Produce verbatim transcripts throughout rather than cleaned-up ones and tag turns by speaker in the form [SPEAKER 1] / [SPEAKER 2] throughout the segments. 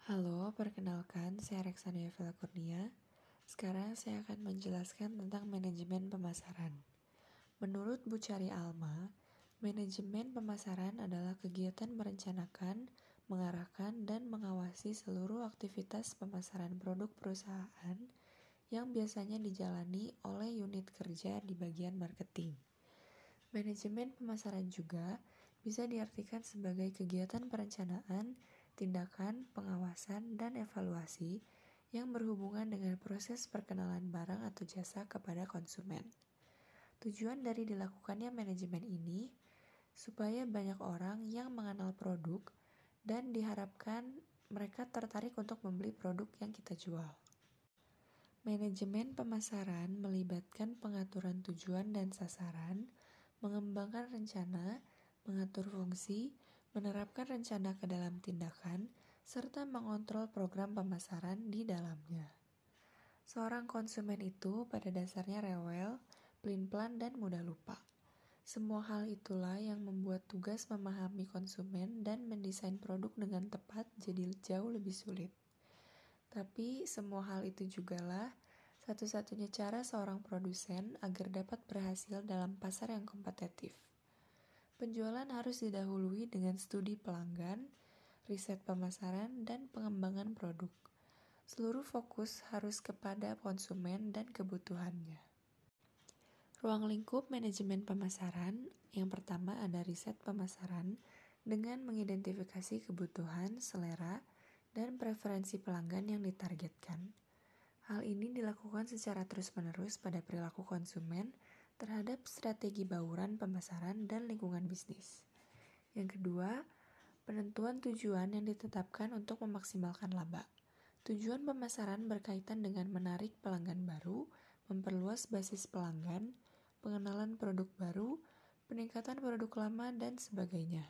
[SPEAKER 1] Halo, perkenalkan saya Reksania Vela Kurnia. Sekarang saya akan menjelaskan tentang manajemen pemasaran. Menurut Bu Cari Alma, manajemen pemasaran adalah kegiatan merencanakan, mengarahkan, dan mengawasi seluruh aktivitas pemasaran produk perusahaan yang biasanya dijalani oleh unit kerja di bagian marketing. Manajemen pemasaran juga bisa diartikan sebagai kegiatan perencanaan, tindakan, pengawasan, dan evaluasi yang berhubungan dengan proses perkenalan barang atau jasa kepada konsumen. Tujuan dari dilakukannya manajemen ini supaya banyak orang yang mengenal produk dan diharapkan mereka tertarik untuk membeli produk yang kita jual. Manajemen pemasaran melibatkan pengaturan tujuan dan sasaran, mengembangkan rencana, mengatur fungsi, menerapkan rencana ke dalam tindakan, serta mengontrol program pemasaran di dalamnya. Seorang konsumen itu pada dasarnya rewel, pelin-pelan, dan mudah lupa. Semua hal itulah yang membuat tugas memahami konsumen dan mendesain produk dengan tepat jadi jauh lebih sulit. Tapi semua hal itu jugalah satu-satunya cara seorang produsen agar dapat berhasil dalam pasar yang kompetitif. Penjualan harus didahului dengan studi pelanggan, riset pemasaran, dan pengembangan produk. Seluruh fokus harus kepada konsumen dan kebutuhannya. Ruang lingkup manajemen pemasaran, yang pertama ada riset pemasaran dengan mengidentifikasi kebutuhan, selera, dan preferensi pelanggan yang ditargetkan. Hal ini dilakukan secara terus-menerus pada perilaku konsumen terhadap strategi bauran pemasaran dan lingkungan bisnis. Yang kedua, penentuan tujuan yang ditetapkan untuk memaksimalkan laba. Tujuan pemasaran berkaitan dengan menarik pelanggan baru, memperluas basis pelanggan, pengenalan produk baru, peningkatan produk lama, dan sebagainya.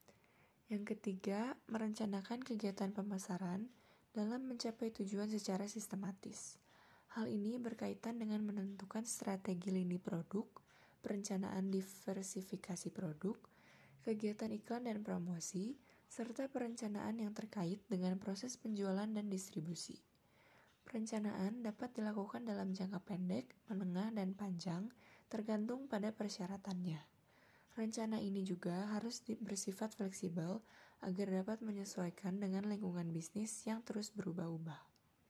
[SPEAKER 1] Yang ketiga, merencanakan kegiatan pemasaran dalam mencapai tujuan secara sistematis. Hal ini berkaitan dengan menentukan strategi lini produk, perencanaan diversifikasi produk, kegiatan iklan dan promosi, serta perencanaan yang terkait dengan proses penjualan dan distribusi. Perencanaan dapat dilakukan dalam jangka pendek, menengah, dan panjang, tergantung pada persyaratannya. Rencana ini juga harus bersifat fleksibel agar dapat menyesuaikan dengan lingkungan bisnis yang terus berubah-ubah.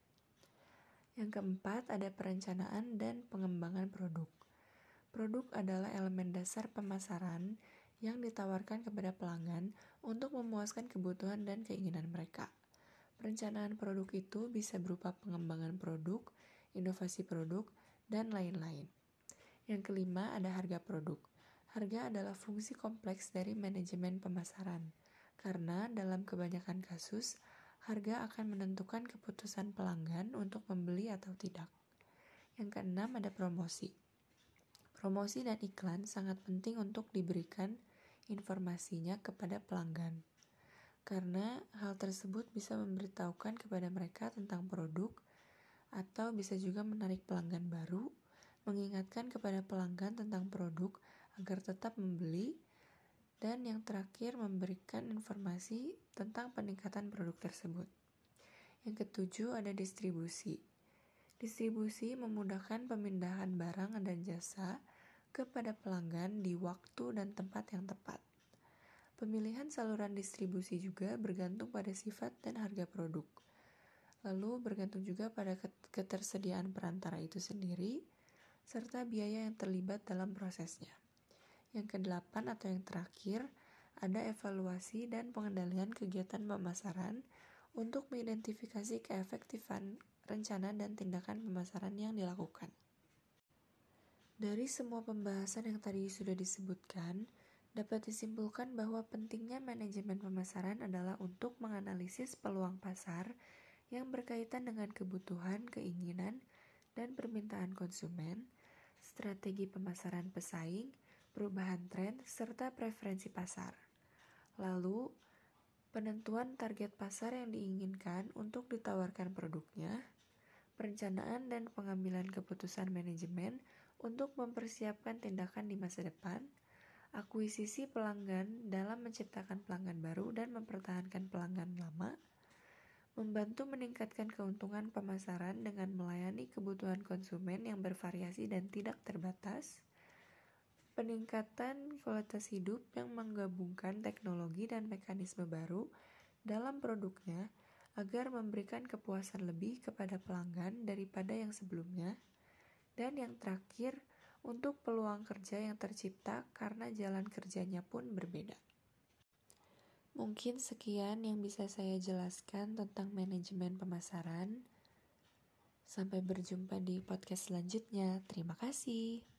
[SPEAKER 1] Yang keempat, ada perencanaan dan pengembangan produk. Produk adalah elemen dasar pemasaran yang ditawarkan kepada pelanggan untuk memuaskan kebutuhan dan keinginan mereka. Perencanaan produk itu bisa berupa pengembangan produk, inovasi produk, dan lain-lain. Yang kelima, ada harga produk. Harga adalah fungsi kompleks dari manajemen pemasaran, karena dalam kebanyakan kasus, harga akan menentukan keputusan pelanggan untuk membeli atau tidak. Yang keenam, ada promosi. Promosi dan iklan sangat penting untuk diberikan informasinya kepada pelanggan, karena hal tersebut bisa memberitahukan kepada mereka tentang produk, atau bisa juga menarik pelanggan baru, mengingatkan kepada pelanggan tentang produk agar tetap membeli, dan yang terakhir memberikan informasi tentang peningkatan produk tersebut. Yang ketujuh, ada distribusi. Distribusi memudahkan pemindahan barang dan jasa kepada pelanggan di waktu dan tempat yang tepat. Pemilihan saluran distribusi juga bergantung pada sifat dan harga produk. Lalu bergantung juga pada ketersediaan perantara itu sendiri, serta biaya yang terlibat dalam prosesnya. Yang kedelapan atau yang terakhir, ada evaluasi dan pengendalian kegiatan pemasaran untuk mengidentifikasi keefektifan rencana dan tindakan pemasaran yang dilakukan. Dari semua pembahasan yang tadi sudah disebutkan, dapat disimpulkan bahwa pentingnya manajemen pemasaran adalah untuk menganalisis peluang pasar yang berkaitan dengan kebutuhan, keinginan, dan permintaan konsumen, strategi pemasaran pesaing, perubahan tren, serta preferensi pasar. Lalu, penentuan target pasar yang diinginkan untuk ditawarkan produknya, perencanaan dan pengambilan keputusan manajemen untuk mempersiapkan tindakan di masa depan, akuisisi pelanggan dalam menciptakan pelanggan baru dan mempertahankan pelanggan lama, membantu meningkatkan keuntungan pemasaran dengan melayani kebutuhan konsumen yang bervariasi dan tidak terbatas, peningkatan kualitas hidup yang menggabungkan teknologi dan mekanisme baru dalam produknya agar memberikan kepuasan lebih kepada pelanggan daripada yang sebelumnya, dan yang terakhir, untuk peluang kerja yang tercipta karena jalan kerjanya pun berbeda. Mungkin sekian yang bisa saya jelaskan tentang manajemen pemasaran. Sampai berjumpa di podcast selanjutnya. Terima kasih.